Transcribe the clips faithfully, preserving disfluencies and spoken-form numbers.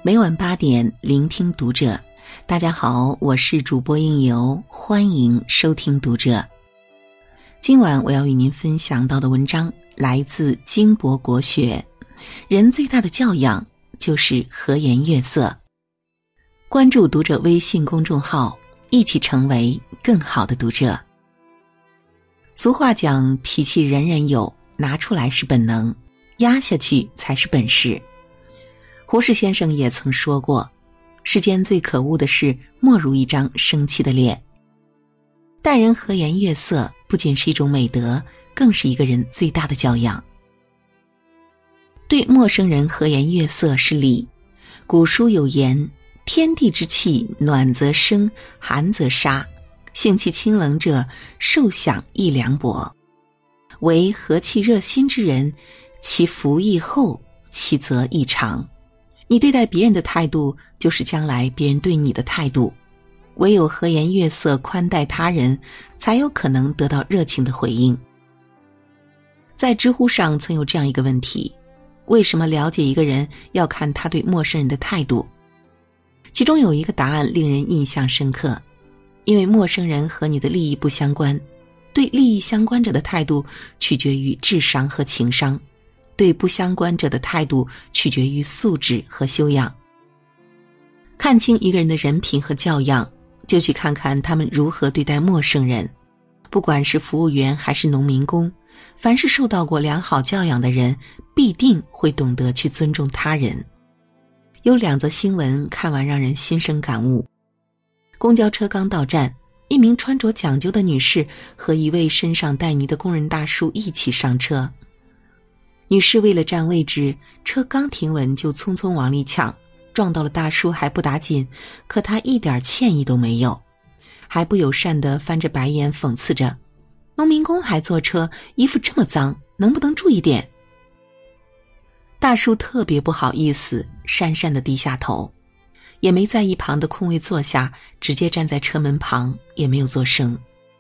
每晚八点聆听读者。大家好，我是主播应由，欢迎收听读者。今晚我要与您分享到的文章来自金博国学。人最大的教养就是和颜悦色。关注读者微信公众号，一起成为更好的读者。俗话讲，脾气人人有，拿出来是本能，压下去才是本事。胡适先生也曾说过，世间最可恶的事，莫如一张生气的脸。待人和颜悦色不仅是一种美德，更是一个人最大的教养。对陌生人和颜悦色是礼。古书有言，天地之气，暖则生，寒则杀，性气清冷者，受享亦凉薄。唯和气热心之人，其福亦厚，其泽亦长。你对待别人的态度，就是将来别人对你的态度。唯有和颜悦色宽待他人，才有可能得到热情的回应。在知乎上曾有这样一个问题，为什么了解一个人要看他对陌生人的态度？其中有一个答案令人印象深刻，因为陌生人和你的利益不相关，对利益相关者的态度取决于智商和情商，对不相关者的态度取决于素质和修养。看清一个人的人品和教养，就去看看他们如何对待陌生人。不管是服务员还是农民工，凡是受到过良好教养的人，必定会懂得去尊重他人。有两则新闻看完让人心生感悟。公交车刚到站，一名穿着讲究的女士和一位身上带泥的工人大叔一起上车。女士为了占位置，车刚停稳就匆匆往里抢，撞到了大叔还不打紧，可他一点歉意都没有，还不友善地翻着白眼讽刺着，农民工还坐车，衣服这么脏，能不能注意点？大叔特别不好意思，讪讪地低下头，也没在一旁的空位坐下，直接站在车门旁，也没有作声。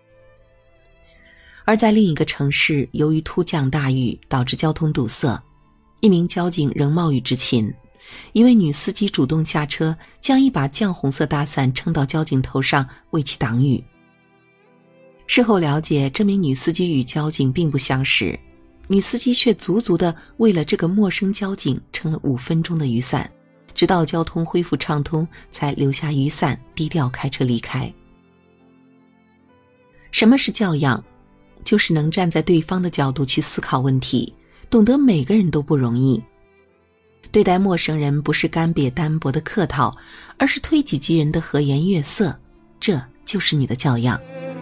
而在另一个城市，由于突降大雨导致交通堵塞，一名交警仍冒雨执勤，一位女司机主动下车，将一把绛红色大伞撑到交警头上为其挡雨。事后了解，这名女司机与交警并不相识，女司机却足足地为了这个陌生交警撑了五分钟的雨伞，直到交通恢复畅通，才留下雨伞低调开车离开。什么是教养？就是能站在对方的角度去思考问题，懂得每个人都不容易。对待陌生人不是干瘪单薄的客套，而是推己及人的和颜悦色，这就是你的教养。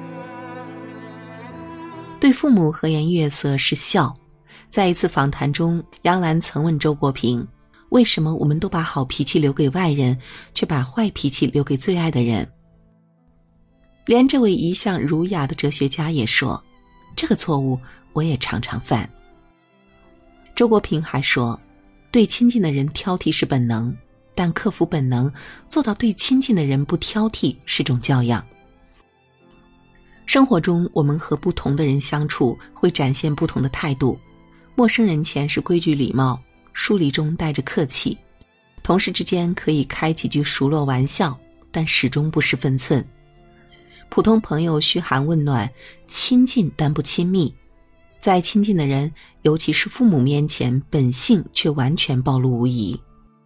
对父母和颜悦色是孝。在一次访谈中，杨澜曾问周国平，为什么我们都把好脾气留给外人，却把坏脾气留给最爱的人？连这位一向儒雅的哲学家也说，这个错误我也常常犯。周国平还说，对亲近的人挑剔是本能，但克服本能，做到对亲近的人不挑剔是种教养。生活中，我们和不同的人相处，会展现不同的态度。陌生人前是规矩礼貌，疏离中带着客气；同事之间可以开几句熟络玩笑，但始终不失分寸。普通朋友嘘寒问暖，亲近但不亲密。在亲近的人，尤其是父母面前，本性却完全暴露无遗。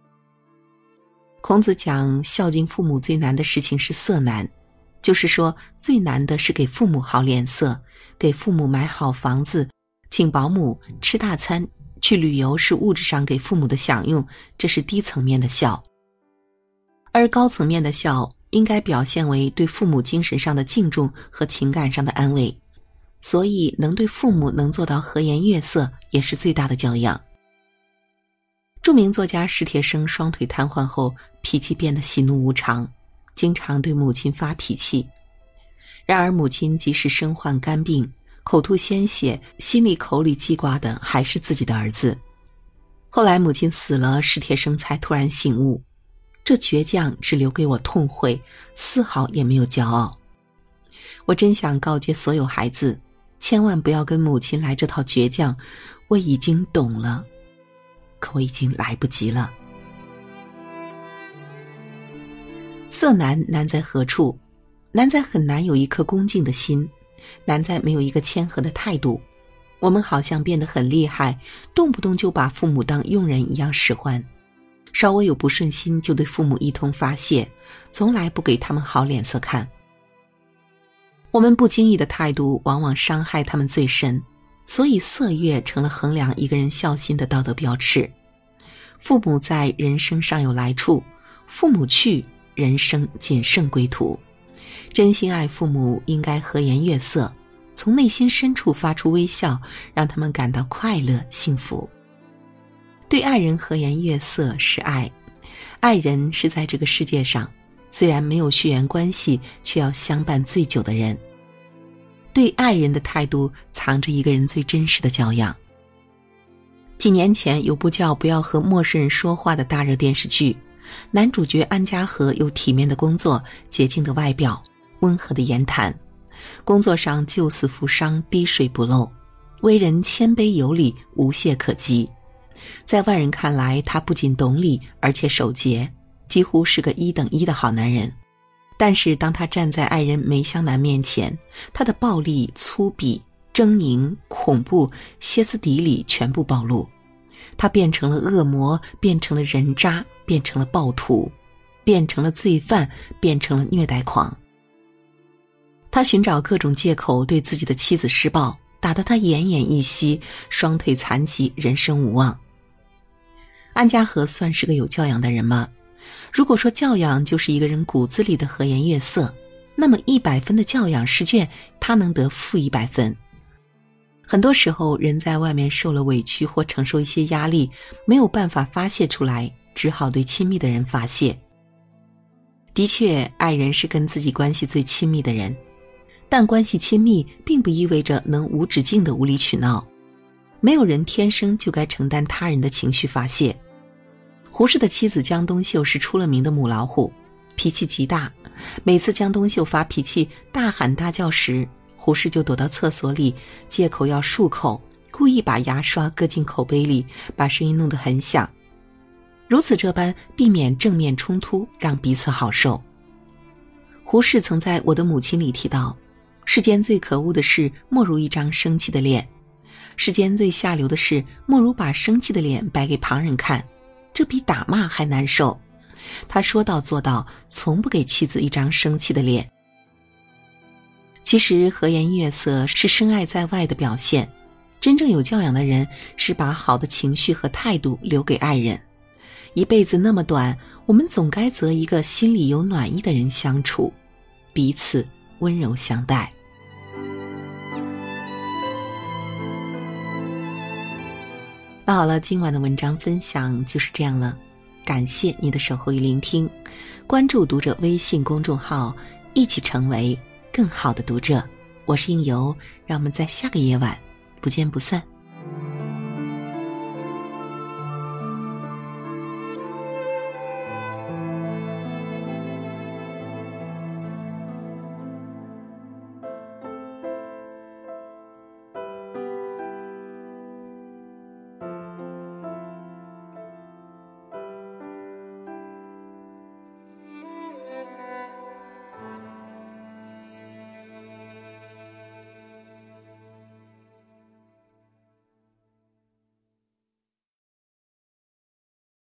孔子讲，孝敬父母最难的事情是色难，就是说最难的是给父母好脸色，给父母买好房子，请保姆，吃大餐，去旅游是物质上给父母的享用，这是低层面的孝。而高层面的孝，应该表现为对父母精神上的敬重和情感上的安慰，所以能对父母能做到和颜悦色，也是最大的教养。著名作家史铁生双腿瘫痪后，脾气变得喜怒无常，经常对母亲发脾气。然而母亲即使身患肝病，口吐鲜血，心里口里记挂的还是自己的儿子。后来母亲死了，史铁生才突然醒悟，这倔强只留给我痛悔，丝毫也没有骄傲。我真想告诫所有孩子，千万不要跟母亲来这套倔强，我已经懂了，可我已经来不及了。 色难难在何处？难在很难有一颗恭敬的心，难在没有一个谦和的态度。我们好像变得很厉害，动不动就把父母当佣人一样使唤，稍微有不顺心就对父母一通发泄，从来不给他们好脸色看。我们不经意的态度往往伤害他们最深，所以色乐成了衡量一个人孝心的道德标尺。父母在，人生尚有来处；父母去，人生仅剩归途。真心爱父母，应该和颜悦色，从内心深处发出微笑，让他们感到快乐幸福。对爱人和颜悦色是爱，爱人是在这个世界上虽然没有血缘关系，却要相伴最久的人。对爱人的态度藏着一个人最真实的教养。几年前有部叫《不要和陌生人说话》的大热电视剧，男主角安家和有体面的工作，洁净的外表，温和的言谈，工作上救死扶伤，滴水不漏，为人谦卑有礼，无懈可击。在外人看来，他不仅懂礼，而且守节，几乎是个一等一的好男人。但是当他站在爱人梅香南面前，他的暴力、粗鄙、狰狞、恐怖、歇斯底里全部暴露。他变成了恶魔，变成了人渣，变成了暴徒，变成了罪犯，变成了虐待狂。他寻找各种借口对自己的妻子施暴，打得他奄奄一息，双腿残疾，人生无望。安家和算是个有教养的人吗？如果说教养就是一个人骨子里的和颜悦色，那么一百分的教养试卷，他能得负一百分。很多时候，人在外面受了委屈或承受一些压力，没有办法发泄出来，只好对亲密的人发泄。的确，爱人是跟自己关系最亲密的人，但关系亲密并不意味着能无止境的无理取闹。没有人天生就该承担他人的情绪发泄。胡适的妻子江冬秀是出了名的母老虎，脾气极大。每次江冬秀发脾气大喊大叫时，胡适就躲到厕所里，借口要漱口，故意把牙刷搁进口杯里，把声音弄得很响，如此这般避免正面冲突，让彼此好受。胡适曾在《我的母亲》里提到，世间最可恶的事莫如一张生气的脸，世间最下流的事莫如把生气的脸摆给旁人看，这比打骂还难受。他说到做到，从不给妻子一张生气的脸。其实和颜悦色是深爱在外的表现，真正有教养的人是把好的情绪和态度留给爱人。一辈子那么短，我们总该择一个心里有暖意的人相处，彼此温柔相待。那好了，今晚的文章分享就是这样了，感谢你的守候与聆听，关注读者微信公众号，一起成为更好的读者。我是应由，让我们在下个夜晚不见不散。